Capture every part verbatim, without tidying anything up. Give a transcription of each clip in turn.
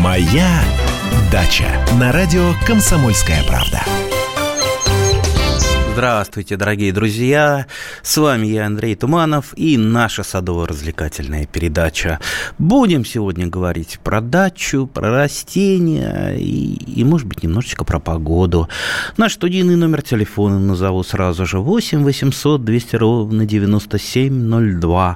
«Моя дача» на радио «Комсомольская правда». Здравствуйте, дорогие друзья! С вами я, Андрей Туманов, и наша садово-развлекательная передача. Будем сегодня говорить про дачу, про растения и, и, может быть, немножечко про погоду. Наш студийный номер телефона назову сразу же: восемь восемьсот двести ровно девяносто семь ноль два.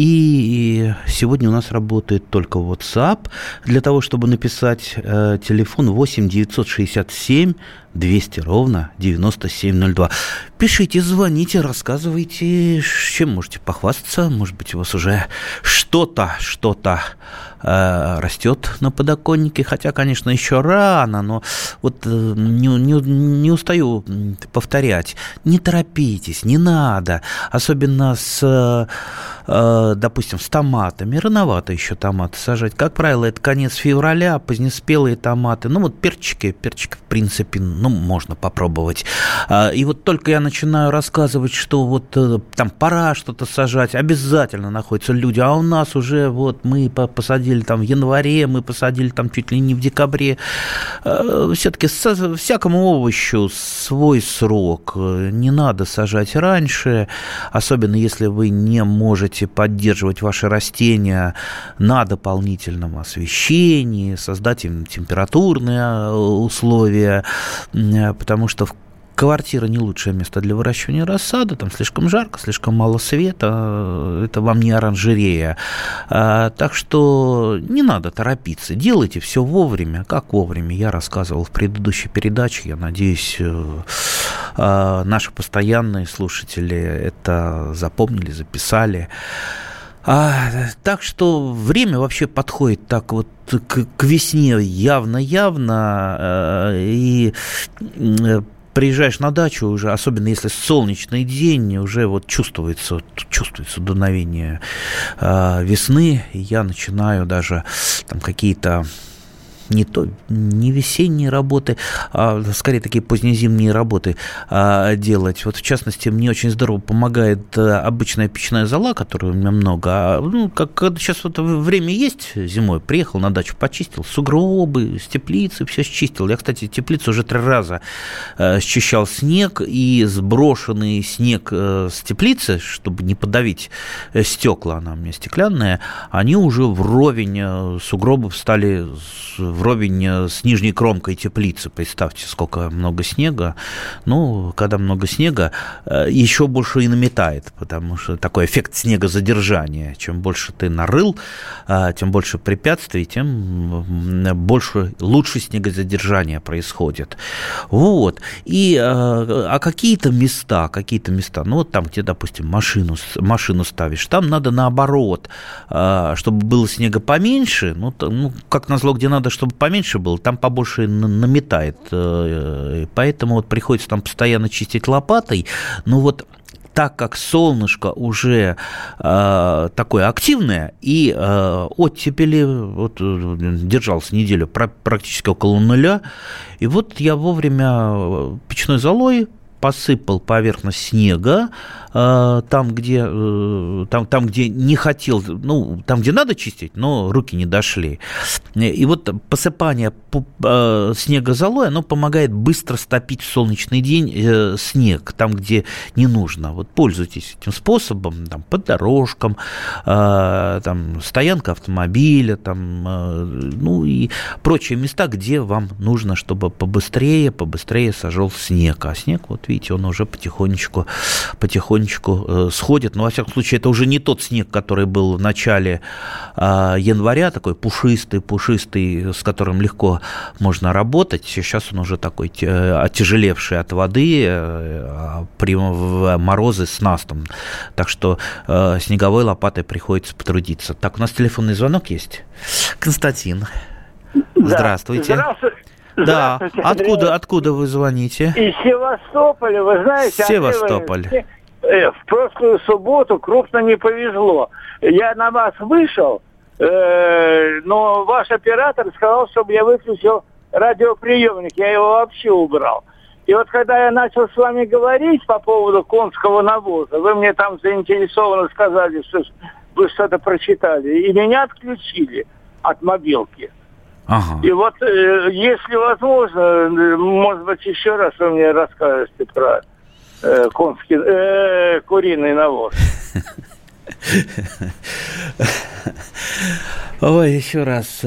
И сегодня у нас работает только WhatsApp. Для того, чтобы написать э, телефон восемь девятьсот шестьдесят семь двести ровно девяносто семь ноль два. Пишите, звоните, рассказывайте, чем можете похвастаться. Может быть, у вас уже что-то, что-то э, растет на подоконнике. Хотя, конечно, еще рано, но вот э, не, не, не устаю повторять. Не торопитесь, не надо. Особенно с, э, допустим, с томатами. Рановато еще томаты сажать. Как правило, это конец февраля, позднеспелые томаты. Ну, вот перчики, перчики, в принципе, ну, можно попробовать. И вот только я начинаю рассказывать, что вот там пора что-то сажать, обязательно находятся люди, а у нас уже вот мы посадили там в январе, мы посадили там чуть ли не в декабре. Все-таки всякому овощу свой срок. Не надо сажать раньше, особенно если вы не можете поддерживать ваши растения на дополнительном освещении, создать им температурные условия, потому что квартира не лучшее место для выращивания рассады, там слишком жарко, слишком мало света, это вам не оранжерея. Так что не надо торопиться, делайте все вовремя, как вовремя. Я рассказывал в предыдущей передаче, я надеюсь, наши постоянные слушатели это запомнили, записали. А, так что время вообще подходит так вот к, к весне явно-явно, э, и э, приезжаешь на дачу уже, особенно если солнечный день, уже вот чувствуется, чувствуется дуновение э, весны, и я начинаю даже там какие-то не то, не весенние работы, а скорее такие позднезимние работы а, делать. Вот в частности, мне очень здорово помогает а, обычная печная зола, которой у меня много. А, ну, как когда сейчас вот время есть зимой, приехал на дачу, почистил сугробы, с теплицы, все счистил. Я, кстати, теплицу уже три раза а, счищал снег, и сброшенный снег а, с теплицы, чтобы не подавить стекла, она у меня стеклянная, они уже вровень сугробов стали вровень с нижней кромкой теплицы. Представьте, сколько много снега. Ну, когда много снега, еще больше и наметает, потому что такой эффект снегозадержания. Чем больше ты нарыл, тем больше препятствий, тем больше, лучше снегозадержание происходит. Вот. И, а какие-то места, какие-то места, ну, вот там, где, допустим, машину, машину ставишь, там надо наоборот, чтобы было снега поменьше, ну, ну как назло, где надо, чтобы поменьше было, там побольше наметает. Поэтому вот приходится там постоянно чистить лопатой. Но вот так как солнышко уже э, такое активное, и э, оттепели, вот, держался неделю практически около нуля, и вот я вовремя печной золой посыпал поверхность снега, э, там, где, э, там, там, где не хотел, ну, там, где надо чистить, но руки не дошли. И вот посыпание э, снега золой, оно помогает быстро стопить в солнечный день э, снег, там, где не нужно. Вот пользуйтесь этим способом, там, по дорожкам, э, там, стоянка автомобиля, там, э, ну, и прочие места, где вам нужно, чтобы побыстрее, побыстрее сошел снег. А снег, вот, видите, он уже потихонечку, потихонечку э, сходит. Но, во всяком случае, это уже не тот снег, который был в начале э, января, такой пушистый, пушистый, с которым легко можно работать. Сейчас он уже такой э, оттяжелевший от воды, э, при в морозы с настом. Так что э, снеговой лопатой приходится потрудиться. Так, у нас телефонный звонок есть. Константин, да. Здравствуйте. Здравствуйте. Да, откуда, откуда вы звоните? Из Севастополя, вы знаете... Севастополь. Андрей, в прошлую субботу крупно не повезло. Я на вас вышел, э, но ваш оператор сказал, чтобы я выключил радиоприемник. Я его вообще убрал. И вот когда я начал с вами говорить по поводу конского навоза, вы мне там заинтересованно сказали, что вы что-то прочитали, и меня отключили от мобилки. Ага. И вот, э, если возможно, может быть, еще раз вы мне расскажете про э, конский, э, куриный навоз. Ой, еще раз.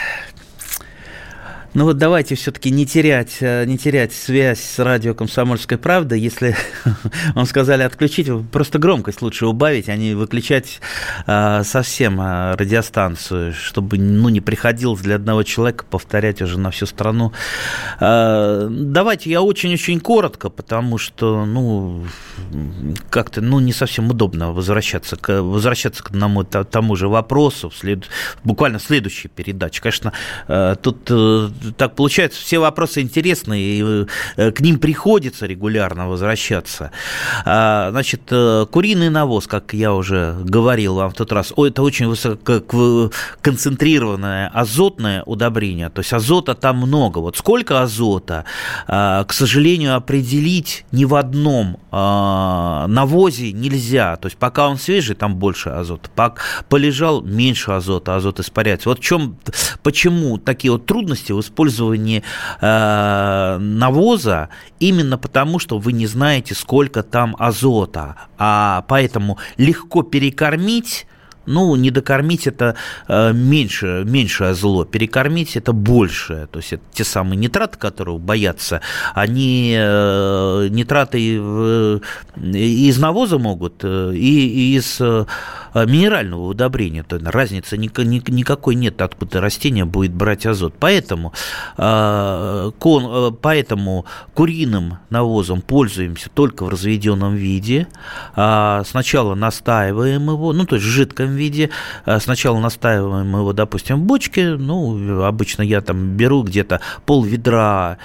Ну вот давайте все-таки не терять, не терять связь с радио «Комсомольская правда». Если вам сказали отключить, просто громкость лучше убавить, а не выключать а, совсем радиостанцию, чтобы ну, не приходилось для одного человека повторять уже на всю страну. А, давайте я очень-очень коротко, потому что ну, как-то ну, не совсем удобно возвращаться к, возвращаться к одному тому же вопросу, вслед, буквально в следующей передаче. Конечно, тут... Так получается, все вопросы интересные, и к ним приходится регулярно возвращаться. Значит, куриный навоз, как я уже говорил вам в тот раз, это очень высококонцентрированное азотное удобрение, то есть азота там много. Вот сколько азота, к сожалению, определить ни в одном навозе нельзя. То есть пока он свежий, там больше азота, пока полежал, меньше азота, азот испаряется. Вот в чем, почему такие вот трудности в использовании э, навоза, именно потому, что вы не знаете, сколько там азота, а поэтому легко перекормить. Ну, не докормить – это э, меньше, меньшее зло, перекормить – это большее. То есть, это те самые нитраты, которые боятся, они э, нитраты э, из навоза могут, э, и, и из э, минерального удобрения. То есть, разницы ни, ни, никакой нет, откуда растение будет брать азот. Поэтому, э, кон, э, поэтому куриным навозом пользуемся только в разведенном виде. Э, сначала настаиваем его, ну, то есть, в жидком виде. Сначала настаиваем его, допустим, в бочке. Ну, обычно я там беру где-то пол ведра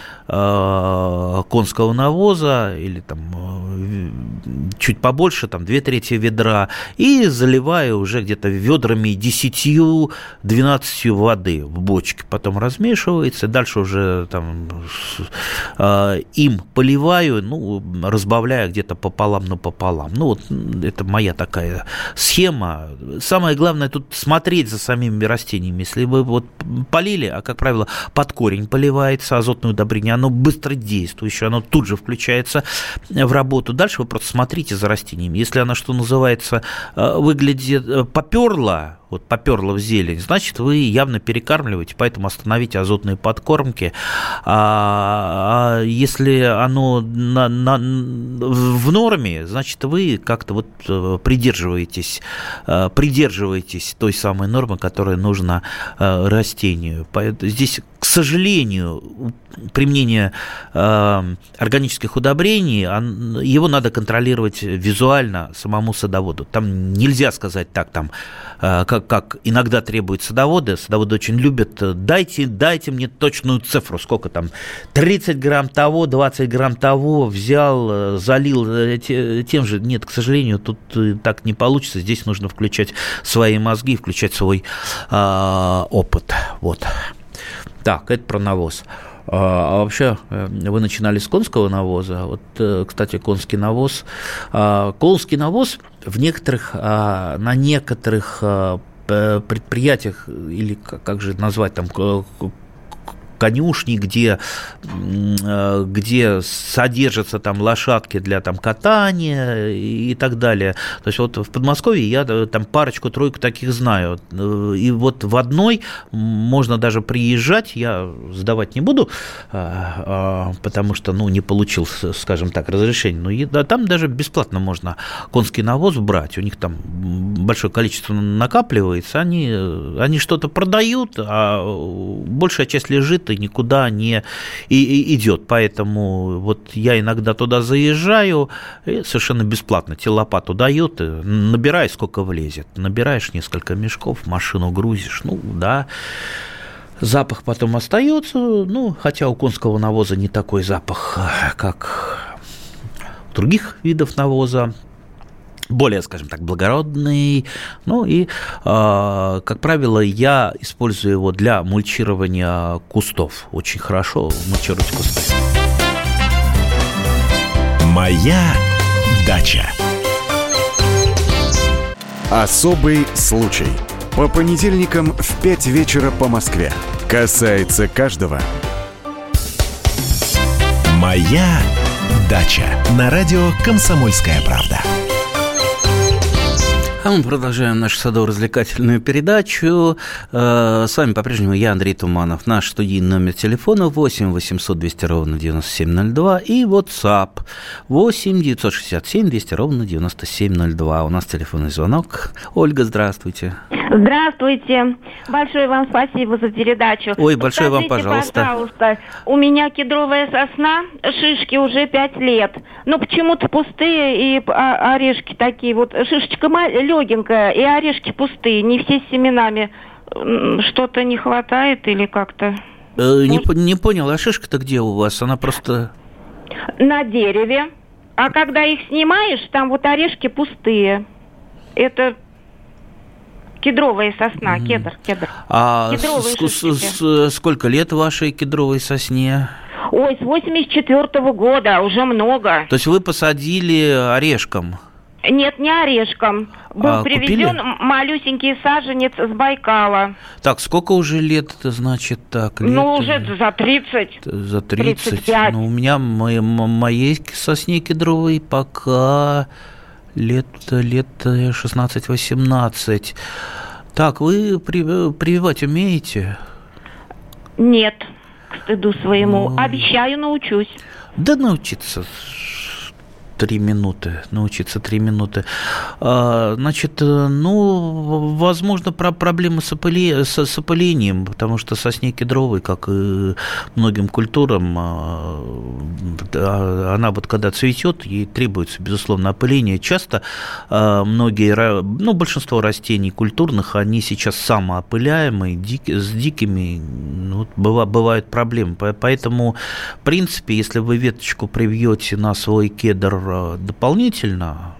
э, конского навоза или там э, чуть побольше, там две трети ведра, и заливаю уже где-то ведрами десятью-двенадцатью воды в бочке. Потом размешивается, дальше уже там э, им поливаю, ну, разбавляя где-то пополам на пополам. Ну, вот это моя такая схема. Самое главное тут смотреть за самими растениями. Если вы вот полили, а, как правило, под корень поливается азотное удобрение, оно быстродействующее, оно тут же включается в работу. Дальше вы просто смотрите за растениями. Если оно, что называется, выглядит поперло, вот поперло в зелень, значит, вы явно перекармливаете, поэтому остановите азотные подкормки. А, а если оно на, на, в норме, значит, вы как-то вот придерживаетесь, придерживаетесь той самой нормы, которая нужна растению. Здесь, к сожалению, применение органических удобрений, его надо контролировать визуально самому садоводу. Там нельзя сказать так, там, как, как иногда требуют садоводы. Садоводы очень любят, дайте, дайте мне точную цифру, сколько там, тридцать грамм того, двадцать грамм того, взял, залил тем же. Нет, к сожалению, тут так не получится. Здесь нужно включать свои мозги, включать свой э, опыт. Вот. Так, это про навоз. А вообще, вы начинали с конского навоза. Вот, кстати, конский навоз. Конский навоз в некоторых, на некоторых предприятиях, или как же назвать там, конюшни, где, где содержатся там лошадки для там катания и так далее. То есть вот в Подмосковье я там парочку-тройку таких знаю. И вот в одной можно даже приезжать, я сдавать не буду, потому что, ну, не получил, скажем так, разрешение, но там даже бесплатно можно конский навоз брать. У них там большое количество накапливается, они, они что-то продают, а большая часть лежит и никуда не и, и идет. Поэтому вот я иногда туда заезжаю, и совершенно бесплатно тебе лопату дают, набирай сколько влезет. Набираешь несколько мешков, машину грузишь, ну да. Запах потом остается, ну, хотя у конского навоза не такой запах, как у других видов навоза. Более, скажем так, благородный. Ну и, э, как правило, я использую его для мульчирования кустов. Очень хорошо мульчировать кусты. Моя дача. Особый случай. По понедельникам в пять вечера по Москве. Касается каждого. «Моя дача» на радио «Комсомольская правда». А мы продолжаем нашу садово-развлекательную передачу. С вами по-прежнему я, Андрей Туманов. Наш студийный номер телефона восемь восемьсот двести ровно девяносто семь ноль два и WhatsApp восемь девятьсот шестьдесят семь двести ровно девяносто семь ноль два. У нас телефонный звонок. Ольга, здравствуйте. Здравствуйте. Большое вам спасибо за передачу. Ой, большое Скажите, вам, пожалуйста. пожалуйста, у меня кедровая сосна, шишки уже пять лет. Но почему-то пустые и орешки такие. Вот шишечка легенькая, и орешки пустые. Не все с семенами. Что-то не хватает или как-то? Э, не, не понял, а шишка-то где у вас? Она просто... На дереве. А когда их снимаешь, там вот орешки пустые. Это... Кедровая сосна, mm. кедр, кедр. А с, с, с, сколько лет вашей кедровой сосне? Ой, с восемьдесят четвёртого года, уже много. То есть вы посадили орешком? Нет, не орешком. Был а, привезен купили? малюсенький саженец с Байкала. Так, сколько уже лет это значит так? Лет? Ну, уже за тридцать. За тридцать. тридцать пять. Ну, у меня, моей, моей сосне кедровой пока... Лет, лет шестнадцать-восемнадцать. Так, вы прививать умеете? Нет, к стыду своему. Ну... Обещаю, научусь. Да научиться три минуты. Научиться три минуты. А, значит, ну, возможно, про проблемы с, опыли... с, с опылением, потому что сосне кедровой, как и многим культурам, она вот когда цветет, ей требуется, безусловно, опыление. Часто многие, ну, большинство растений культурных, они сейчас самоопыляемые, дик... с дикими, ну, бывают проблемы. Поэтому, в принципе, если вы веточку привьете на свой кедр дополнительно,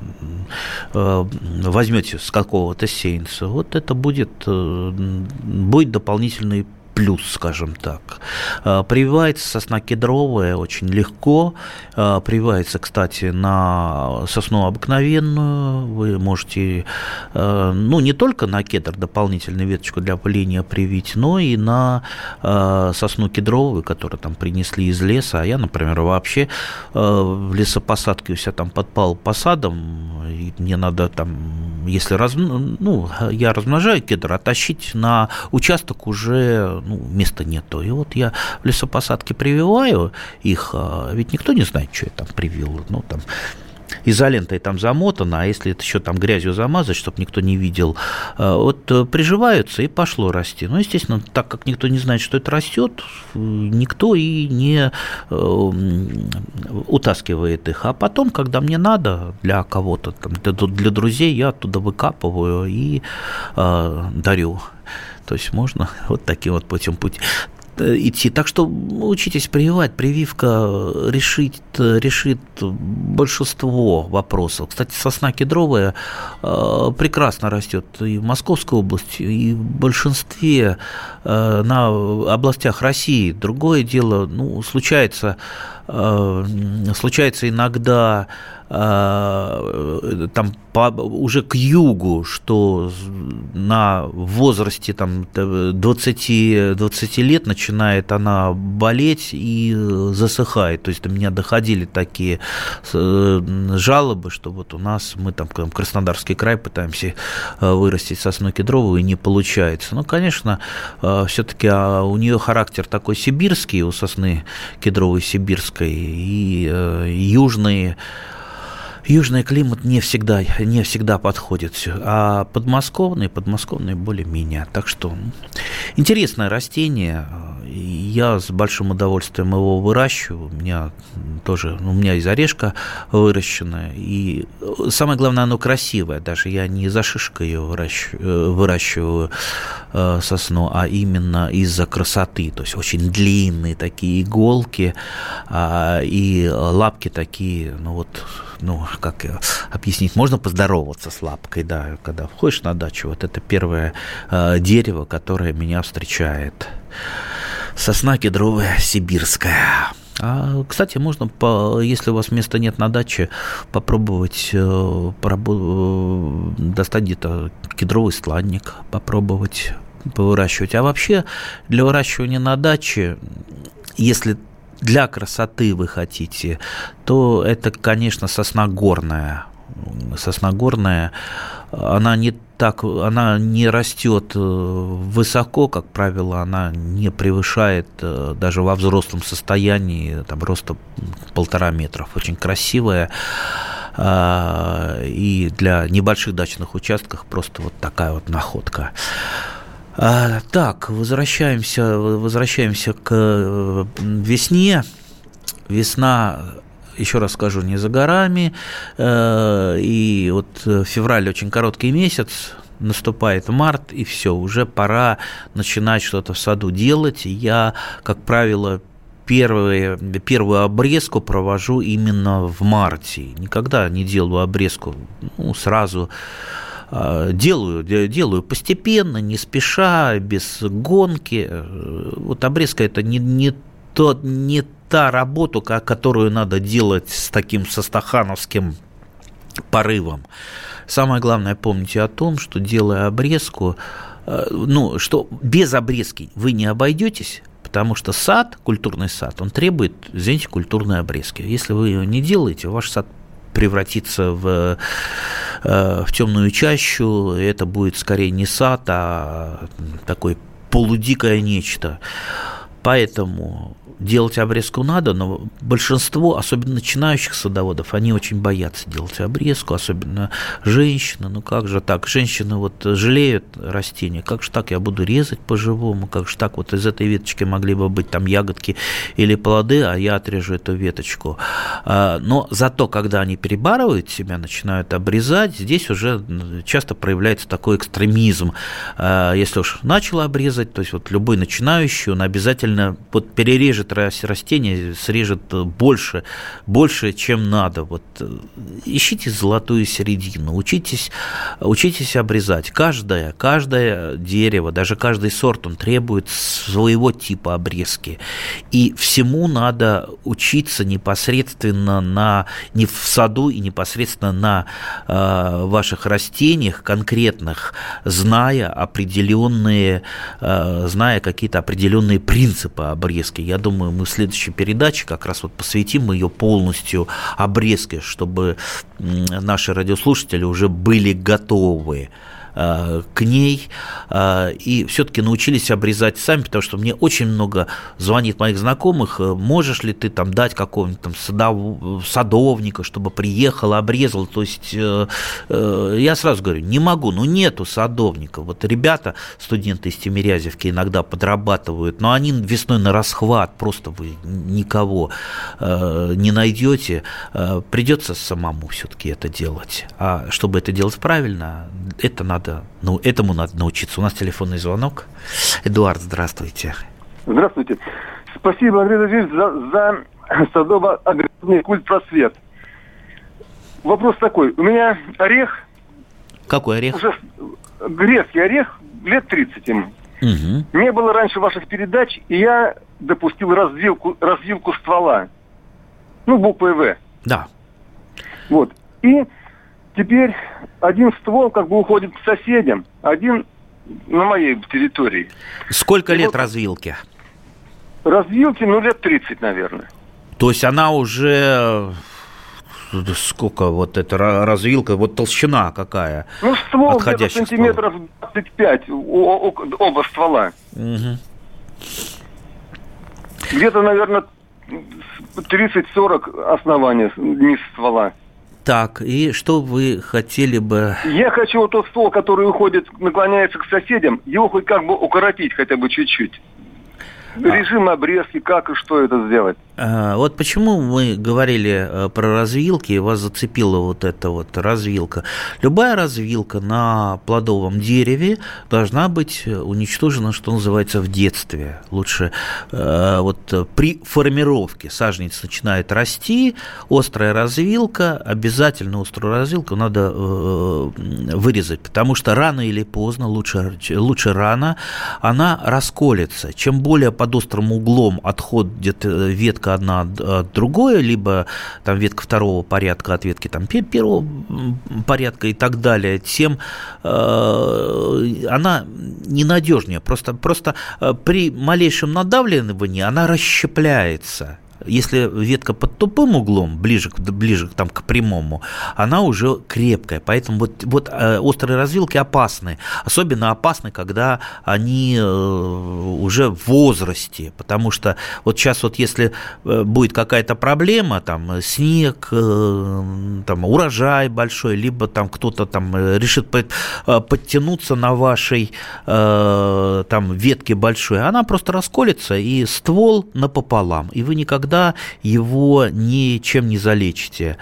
возьмете с какого-то сеянца, вот это будет, будет дополнительный плюс, скажем так. Прививается сосна кедровая очень легко. Прививается, кстати, на сосну обыкновенную. Вы можете, ну, не только на кедр дополнительную веточку для опыления привить, но и на сосну кедровую, которую там принесли из леса. А я, например, вообще в лесопосадке у себя там подпал посадом, и мне надо там, если раз, ну, я размножаю кедр, оттащить на участок уже, ну, места нету. И вот я в лесопосадке прививаю их, ведь никто не знает, что я там привил. Ну, там изолентой там замотано, а если это еще там грязью замазать, чтобы никто не видел, вот приживаются и пошло расти. Ну, естественно, так как никто не знает, что это растет, никто и не утаскивает их. А потом, когда мне надо для кого-то, там, для друзей, я оттуда выкапываю и э, дарю. То есть можно вот таким вот путем пути идти. Так что учитесь прививать. Прививка решит, решит большинство вопросов. Кстати, сосна кедровая э, прекрасно растет и в Московской области, и в большинстве э, на областях России. Другое дело, ну, случается, э, случается иногда там по, уже к югу, что на возрасте там, двадцать, двадцать лет начинает она болеть и засыхает. То есть до меня доходили такие жалобы, что вот у нас, мы там, Краснодарский край, пытаемся вырастить сосну кедровую, и не получается. Ну, конечно, все-таки у нее характер такой сибирский, у сосны кедровой сибирской, и южные Южный климат не всегда, не всегда подходит, а подмосковный, подмосковный более-менее. Так что интересное растение, я с большим удовольствием его выращиваю. У меня тоже, у меня из орешка выращено, и самое главное, оно красивое. Даже я не из-за шишка ее выращиваю, выращиваю сосну, а именно из-за красоты. То есть очень длинные такие иголки и лапки такие, ну вот. Ну, как объяснить, можно поздороваться с лапкой, да, когда входишь на дачу, вот это первое э, дерево, которое меня встречает. Сосна кедровая сибирская. А, кстати, можно, если у вас места нет на даче, попробовать достать где-то кедровый стланник, попробовать повыращивать. А вообще для выращивания на даче, если для красоты вы хотите, то это, конечно, сосна горная. Сосна горная, она не так, она не растет высоко, как правило, она не превышает даже во взрослом состоянии там, роста полтора метров. Очень красивая. И для небольших дачных участков просто вот такая вот находка. Так, возвращаемся, возвращаемся к весне. Весна, еще раз скажу, не за горами. И вот февраль очень короткий месяц, наступает март, и все, уже пора начинать что-то в саду делать. Я, как правило, Первые, первую обрезку провожу именно в марте. Никогда не делаю обрезку ну, сразу. Делаю, делаю постепенно, не спеша, без гонки. Вот обрезка – это не, не, то, не та работа, которую надо делать с таким со стахановским порывом. Самое главное, помните о том, что делая обрезку, ну, что без обрезки вы не обойдетесь, потому что сад, культурный сад, он требует, извините, культурной обрезки. Если вы ее не делаете, ваш сад превратится в, в темную чащу, и это будет скорее не сад, а такое полудикое нечто. Поэтому делать обрезку надо, но большинство, особенно начинающих садоводов, они очень боятся делать обрезку, особенно женщины. Ну как же так? Женщины вот жалеют растения. Как же так я буду резать по-живому? Как же так вот из этой веточки могли бы быть там ягодки или плоды, а я отрежу эту веточку. Но зато, когда они перебарывают себя, начинают обрезать, здесь уже часто проявляется такой экстремизм. Если уж начал обрезать, то есть вот любой начинающий, он обязательно вот перережет растение, срежет больше, больше, чем надо. Вот ищите золотую середину, учитесь, учитесь обрезать. Каждое, каждое дерево, даже каждый сорт, он требует своего типа обрезки. И всему надо учиться непосредственно на, не в саду и непосредственно на э, ваших растениях конкретных, зная определенные, э, зная какие-то определенные принципы обрезки. Я думаю, мы в следующей передаче как раз вот посвятим ее полностью обрезке, чтобы наши радиослушатели уже были готовы к ней и все-таки научились обрезать сами, потому что мне очень много звонит моих знакомых, можешь ли ты там дать какого-нибудь там садов, садовника, чтобы приехал, обрезал, то есть я сразу говорю, не могу, ну нету садовника, вот ребята, студенты из Тимирязевки иногда подрабатывают, но они весной на расхват, просто вы никого не найдете, придется самому все-таки это делать, а чтобы это делать правильно, это надо Ну, этому надо научиться. У нас телефонный звонок. Эдуард, здравствуйте. Здравствуйте. Спасибо, Андрей Владимирович, за, за садово-огородный культпросвет. Вопрос такой. У меня орех... Какой орех? Уже грецкий орех, лет тридцать ему. Угу. Не было раньше ваших передач, и я допустил развилку, развилку ствола. Ну, буквой «В». Да. Вот. И... Теперь один ствол как бы уходит к соседям, один на моей территории. Сколько И лет вот развилки? Развилки, ну, лет тридцать, наверное. То есть она уже... Сколько вот эта развилка, вот толщина какая? Ну, ствол где-то сантиметров двадцать пять, оба ствола. Угу. Где-то, наверное, тридцать-сорок основания низ ствола. Так, и что вы хотели бы... Я хочу вот тот ствол, который уходит, наклоняется к соседям, его хоть как бы укоротить хотя бы чуть-чуть. Режим обрезки, как и что это сделать? А, вот почему мы говорили про развилки, и вас зацепила вот эта вот развилка. Любая развилка на плодовом дереве должна быть уничтожена, что называется, в детстве. Лучше вот при формировке саженец начинает расти, острая развилка, обязательно острую развилку надо вырезать, потому что рано или поздно, лучше, лучше рано, она расколется. Чем более под острым углом отходит ветка ветка одна от другой, либо там ветка второго порядка от ветки там, первого порядка и так далее, тем э, она ненадежнее. Просто, просто при малейшем надавливании она расщепляется. Если ветка под тупым углом, ближе, ближе там, к прямому, она уже крепкая. Поэтому вот, вот э, острые развилки опасны. Особенно опасны, когда они э, уже в возрасте. Потому что вот сейчас вот если будет какая-то проблема, там снег, э, там, урожай большой, либо там кто-то там решит под, подтянуться на вашей э, там, ветке большой, она просто расколется, и ствол напополам. И вы никогда его ничем не залечите.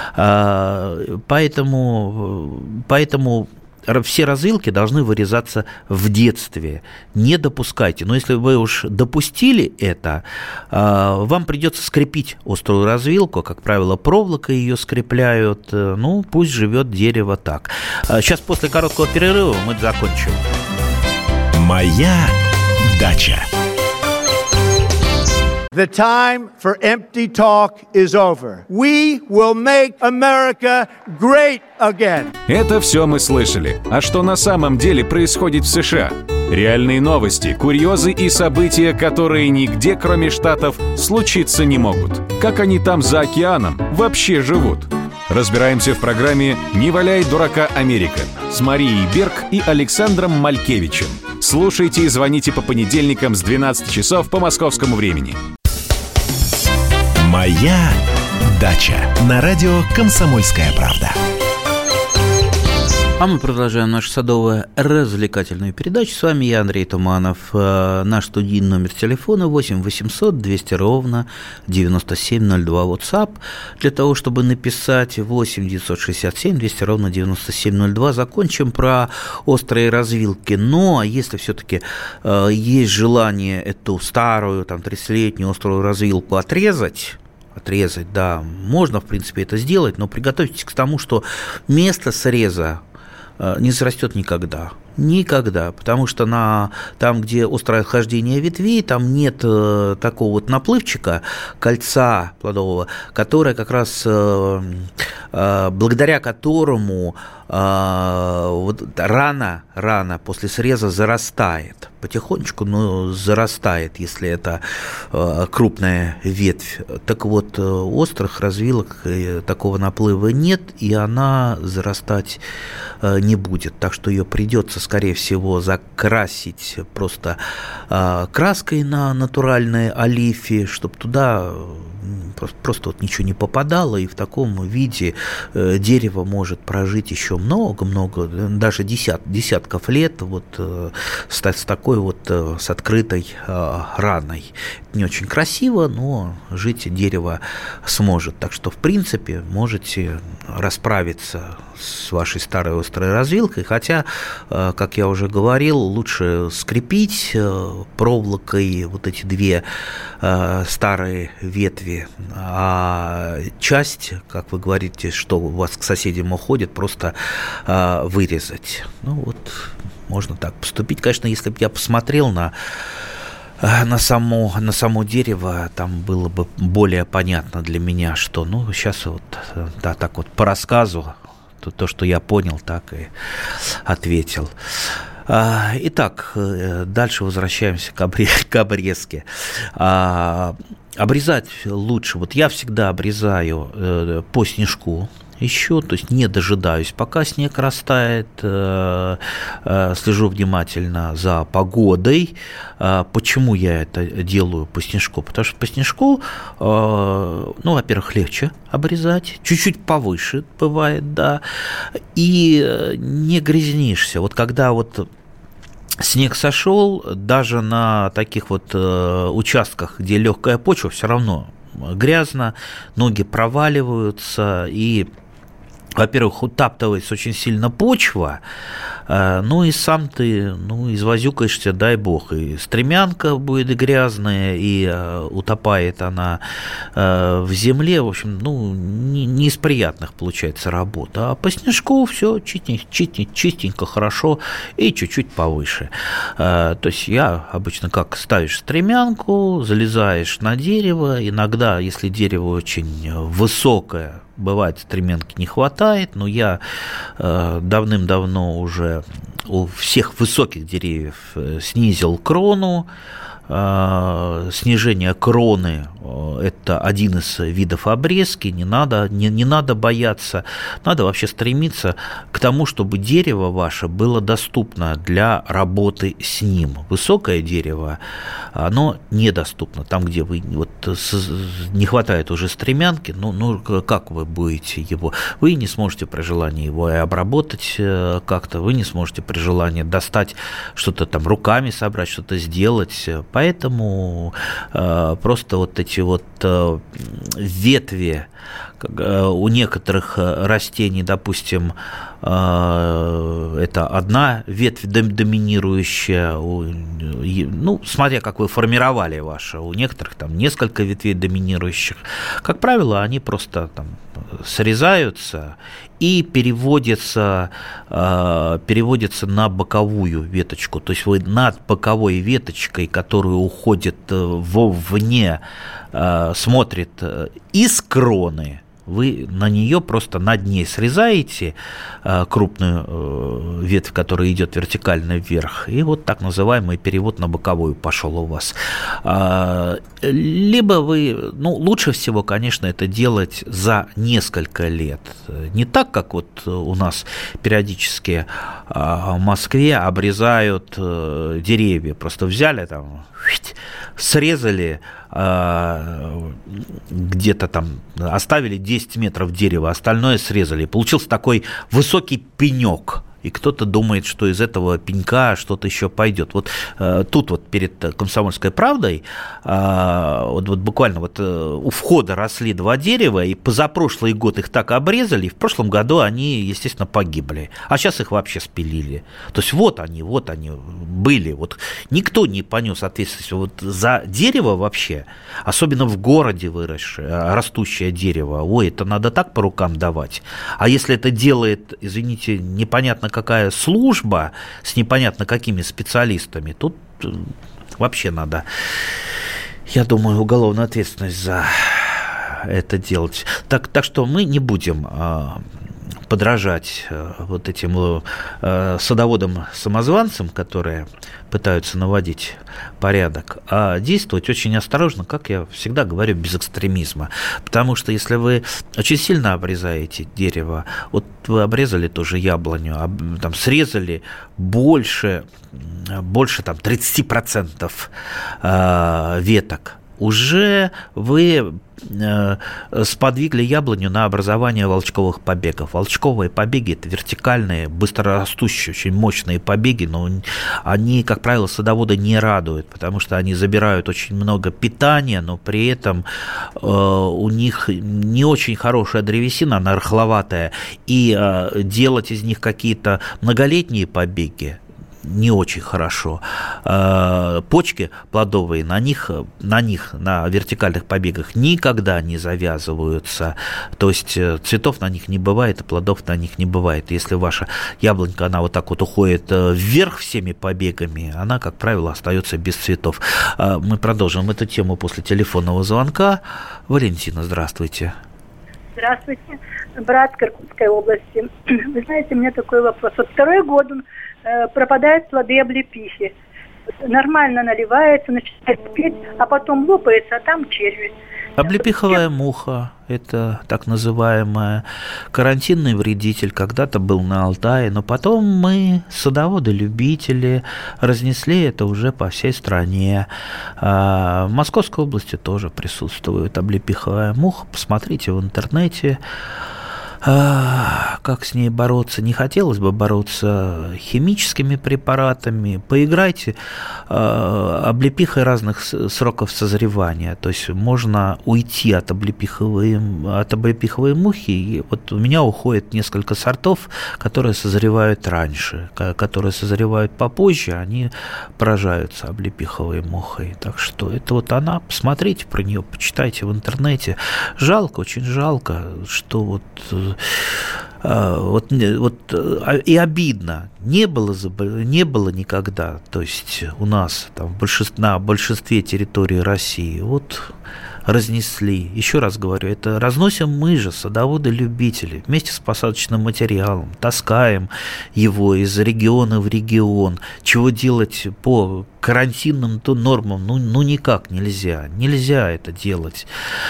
Поэтому, поэтому все развилки должны вырезаться в детстве. Не допускайте. Но если вы уж допустили это, вам придется скрепить острую развилку. Как правило, проволокой ее скрепляют. Ну, пусть живет дерево так. Сейчас после короткого перерыва мы закончим. Моя дача. The time for empty talk is over. We will make America great again. Это все мы слышали. А что на самом деле происходит в США? Реальные новости, курьезы и события, которые нигде, кроме Штатов, случиться не могут. Как они там за океаном вообще живут? Разбираемся в программе «Не валяй дурака, Америка» с Марией Берг и Александром Малькевичем. Слушайте и звоните по понедельникам с двенадцати часов по московскому времени. «Моя дача» на радио «Комсомольская правда». А мы продолжаем нашу садово-развлекательную передачу. С вами я, Андрей Туманов. Наш студийный номер телефона восемь восемьсот двести ровно девяносто семь ноль два. WhatsApp для того, чтобы написать восемь девятьсот шестьдесят семь двести ровно девяносто семь ноль два. Закончим про острые развилки. Но если все-таки э, есть желание эту старую, там, тридцатилетнюю острую развилку отрезать, отрезать, да, можно, в принципе, это сделать, но приготовьтесь к тому, что место среза не зарастет никогда. Никогда, потому что на, там, где острое отхождение ветвей, там нет э, такого вот наплывчика, кольца плодового, которое как раз, э, э, благодаря которому э, вот рана, рана после среза зарастает. Потихонечку, но зарастает, если это э, крупная ветвь. Так вот, острых развилок э, такого наплыва нет, и она зарастать э, не будет. Так что ее придется, скорее всего, закрасить просто э, краской на натуральной олифе, чтобы туда просто, просто вот ничего не попадало, и в таком виде э, дерево может прожить еще много-много, даже десят, десятков лет вот, э, с, с такой вот, э, с открытой э, раной. Не очень красиво, но жить дерево сможет. Так что, в принципе, можете расправиться с вашей старой острой развилкой, хотя, э, как я уже говорил, лучше скрепить э, проволокой вот эти две э, старые ветви, а часть, как вы говорите, что у вас к соседям уходит, просто э, вырезать. Ну вот, можно так поступить. Конечно, если бы я посмотрел на На само, на само дерево, там было бы более понятно для меня, что, ну, сейчас вот, да, так вот по рассказу, то, то что я понял, так и ответил. Итак, дальше возвращаемся к, обре- к обрезке. Обрезать лучше, вот я всегда обрезаю по снежку, еще, то есть не дожидаюсь, пока снег растает, э, э, слежу внимательно за погодой. Э, почему я это делаю по снежку? Потому что по снежку, э, ну, во-первых, легче обрезать, чуть-чуть повыше бывает, да, и не грязнишься. Вот когда вот снег сошел, даже на таких вот э, участках, где легкая почва, все равно грязно, ноги проваливаются, и во-первых, утаптывается очень сильно почва, ну и сам ты, ну, извозюкаешься, дай бог, и стремянка будет грязная, и утопает она в земле, в общем, ну, не, не из приятных получается работа, а по снежку все чистенько, чистенько, чистенько, хорошо и чуть-чуть повыше. То есть я обычно как ставишь стремянку, залезаешь на дерево, иногда, если дерево очень высокое, бывает, стремянки не хватает, но я э, давным-давно уже у всех высоких деревьев снизил крону. Э, снижение кроны – это один из видов обрезки, не надо, не, не надо бояться, надо вообще стремиться к тому, чтобы дерево ваше было доступно для работы с ним. Высокое дерево, оно недоступно, там, где вы вот, не хватает уже стремянки, ну, ну как вы будете его, вы не сможете при желании его и обработать как-то, вы не сможете при желании достать что-то там руками собрать, что-то сделать, поэтому э, просто вот эти вот э, ветви э, у некоторых растений, допустим, э, это одна ветвь доминирующая, у, ну, смотря как вы формировали ваше, у некоторых там несколько ветвей доминирующих, как правило, они просто там срезаются и переводятся, э, переводятся на боковую веточку. То есть вы над боковой веточкой, которая уходит вовне, э, смотрит из кроны, вы на нее просто над ней срезаете э, крупную э, ветвь, которая идет вертикально вверх, и вот так называемый перевод на боковую пошел у вас. Э, либо вы, ну, лучше всего, конечно, это делать за несколько лет. Не так, как вот у нас периодически э, в Москве обрезают э, деревья, просто взяли там, срезали где-то там, оставили десять метров дерева, остальное срезали. Получился такой высокий пенек. И кто-то думает, что из этого пенька что-то еще пойдет. Вот э, тут вот перед «Комсомольской правдой» э, вот, вот буквально вот э, у входа росли два дерева, и позапрошлый год их так обрезали, и в прошлом году они, естественно, погибли. А сейчас их вообще спилили. То есть вот они, вот они были. Вот никто не понес ответственность вот за дерево вообще, особенно в городе выросшее, растущее дерево. Ой, это надо так по рукам давать. А если это делает, извините, непонятно какая служба с непонятно какими специалистами, тут вообще надо, я думаю, уголовную ответственность за это делать. Так, так что мы не будем а, подражать а, вот этим а, садоводам-самозванцам, которые пытаются наводить порядок, а действовать очень осторожно, как я всегда говорю, без экстремизма. Потому что если вы очень сильно обрезаете дерево, вот вы обрезали тоже яблоню, там срезали больше, больше там, тридцать процентов веток, уже вы сподвигли яблоню на образование волчковых побегов. Волчковые побеги – это вертикальные, быстрорастущие, очень мощные побеги, но они, как правило, садовода не радуют, потому что они забирают очень много питания, но при этом э, у них не очень хорошая древесина, она рыхловатая, и э, делать из них какие-то многолетние побеги не очень хорошо. Почки плодовые на них, на них, на вертикальных побегах никогда не завязываются. То есть цветов на них не бывает, и плодов на них не бывает. Если ваша яблонька, она вот так вот уходит вверх всеми побегами, она, как правило, остается без цветов. Мы продолжим эту тему после телефонного звонка. Валентина, здравствуйте. Здравствуйте. Братск Иркутской области. Вы знаете, у меня такой вопрос. Вот второй год он э, пропадают плоды облепихи. Нормально наливается, начинает петь, а потом лопается, а там черви. Облепиховая муха – это так называемая карантинный вредитель. Когда-то был на Алтае, но потом мы, садоводы-любители, разнесли это уже по всей стране. А в Московской области тоже присутствует облепиховая муха. Посмотрите в интернете. А, как с ней бороться? Не хотелось бы бороться химическими препаратами. Поиграйте а, облепихой разных сроков созревания. То есть можно уйти от облепиховой, от облепиховой мухи. И вот у меня уходит несколько сортов, которые созревают раньше, которые созревают попозже, они поражаются облепиховой мухой. Так что это вот она. Посмотрите про нее, почитайте в интернете. Жалко, очень жалко, что вот... Вот, вот и обидно, не было, не было никогда, то есть у нас там в большинстве, на большинстве территорий России вот разнесли. Еще раз говорю, это разносим мы же, садоводы-любители, вместе с посадочным материалом, таскаем его из региона в регион. Чего делать по карантинным то нормам, ну, ну никак нельзя, нельзя это делать.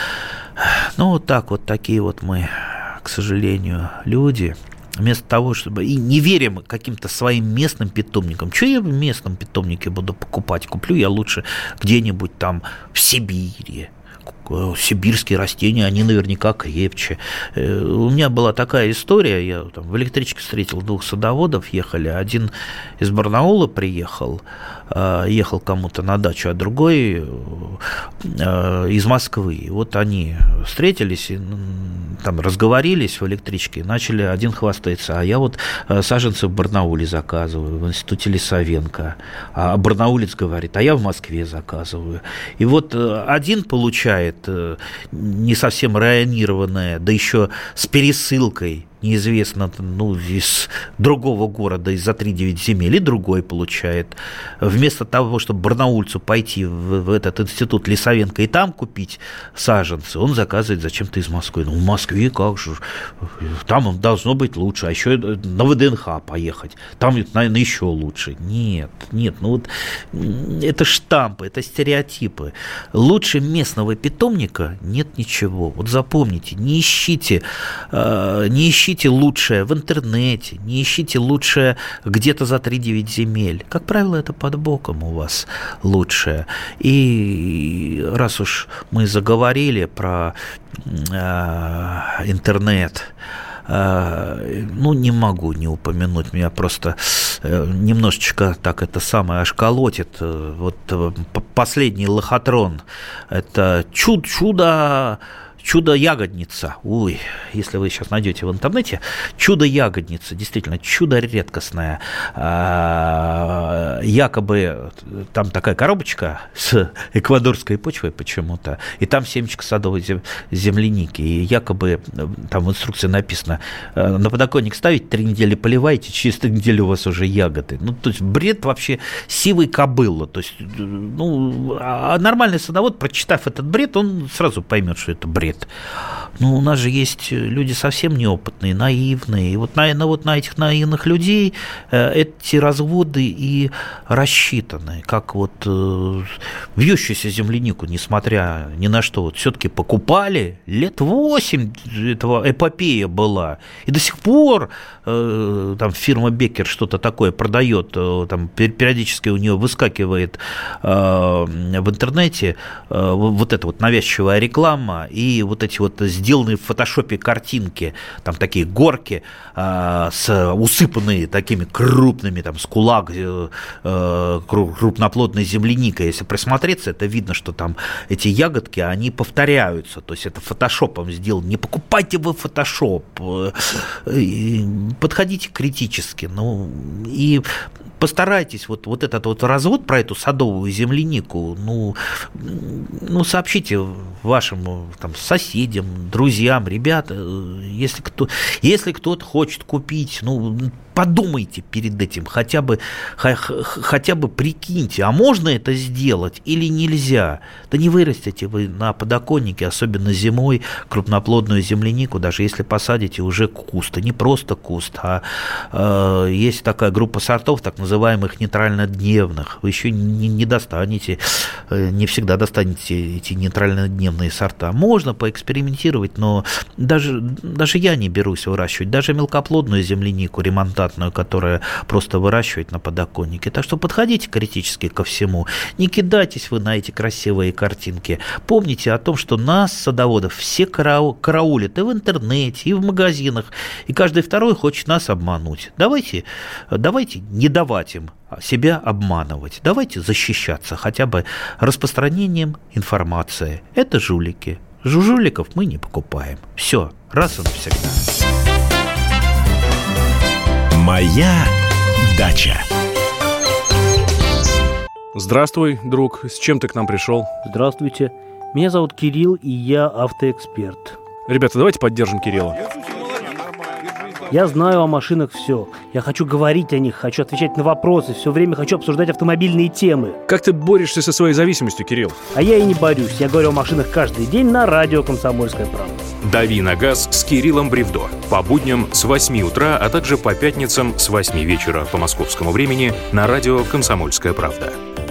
Ну вот так вот, такие вот мы, к сожалению, люди, вместо того, чтобы... И не верим каким-то своим местным питомникам. Что я в местном питомнике буду покупать? Куплю я лучше где-нибудь там в Сибири. Сибирские растения, они наверняка крепче. У меня была такая история, я там в электричке встретил двух садоводов, ехали, один из Барнаула приехал, ехал кому-то на дачу, а другой из Москвы. И вот они встретились, и, там разговорились в электричке, начали, один хвастается, а я вот саженцы в Барнауле заказываю, в институте Лисовенко. А барнаулец говорит, а я в Москве заказываю. И вот один получает не совсем районированное, да еще с пересылкой, неизвестно, ну, из другого города, из-за три девять земель, и другой получает. Вместо того, чтобы барнаульцу пойти в, в этот институт Лисовенко и там купить саженцы, он заказывает зачем-то из Москвы. Ну, в Москве как же, там он должно быть лучше, а еще на ВДНХ поехать, там, наверное, еще лучше. Нет, нет, ну вот это штампы, это стереотипы. Лучше местного питомника нет ничего. Вот запомните, не ищите, э, не ищите ищите лучшее в интернете, не ищите лучшее где-то за три девять земель. Как правило, это под боком у вас лучшее. И раз уж мы заговорили про э, интернет, э, ну, не могу не упомянуть, меня просто э, немножечко так это самое аж колотит. Вот э, последний лохотрон, это чудо, чудо, чудо-ягодница. Ой, если вы сейчас найдете в интернете, чудо-ягодница, действительно, чудо редкостное. Якобы там такая коробочка с эквадорской почвой почему-то, и там семечко садовой земляники. И якобы там в инструкции написано, на подоконник ставить, три недели поливаете, через три недели у вас уже ягоды. Ну, то есть бред вообще сивой кобылы. То есть, ну, а нормальный садовод, прочитав этот бред, он сразу поймет, что это бред. Ну, у нас же есть люди совсем неопытные, наивные. И вот на, на, вот на этих наивных людей э, эти разводы и рассчитаны. Как вот э, вьющуюся землянику, несмотря ни на что, вот все-таки покупали. Лет восемь этого эпопея была. И до сих пор э, там фирма Беккер что-то такое продает. Э, там периодически у нее выскакивает э, в интернете э, вот эта вот навязчивая реклама и вот эти вот сделанные в фотошопе картинки, там такие горки э, с, усыпанные такими крупными, там, с кулак, э, э, крупноплодной земляникой. Если присмотреться, это видно, что там эти ягодки, они повторяются, то есть это фотошопом сделано. Не покупайте вы фотошоп, э, подходите критически, ну, и постарайтесь вот, вот этот вот развод про эту садовую землянику, ну, ну сообщите вашим там соседям, друзьям, ребята, если кто, если кто-то хочет купить, ну, подумайте перед этим, хотя бы, хотя бы прикиньте, а можно это сделать или нельзя? Да не вырастите вы на подоконнике, особенно зимой, крупноплодную землянику, даже если посадите уже куст, не просто куст, а э, есть такая группа сортов, так называемых нейтрально-дневных. Вы еще не, не достанете, не всегда достанете эти нейтрально-дневные сорта. Можно поэкспериментировать, но даже, даже я не берусь выращивать, даже мелкоплодную землянику, ремонтантную, бесплатную, которую просто выращивать на подоконнике. Так что подходите критически ко всему. Не кидайтесь вы на эти красивые картинки. Помните о том, что нас, садоводов, все карау- караулят и в интернете, и в магазинах, и каждый второй хочет нас обмануть. Давайте, давайте не давать им себя обманывать. Давайте защищаться хотя бы распространением информации. Это жулики. Жуликов мы не покупаем. Все, раз и навсегда. Моя дача. Здравствуй, друг. С чем ты к нам пришел? Здравствуйте. Меня зовут Кирилл, и я автоэксперт. Ребята, давайте поддержим Кирилла. Я знаю о машинах все. Я хочу говорить о них, хочу отвечать на вопросы, все время хочу обсуждать автомобильные темы. Как ты борешься со своей зависимостью, Кирилл? А я и не борюсь. Я говорю о машинах каждый день на радио «Комсомольская правда». «Дави на газ» с Кириллом Бревдо. По будням с восьми утра, а также по пятницам с восьми вечера по московскому времени на радио «Комсомольская правда».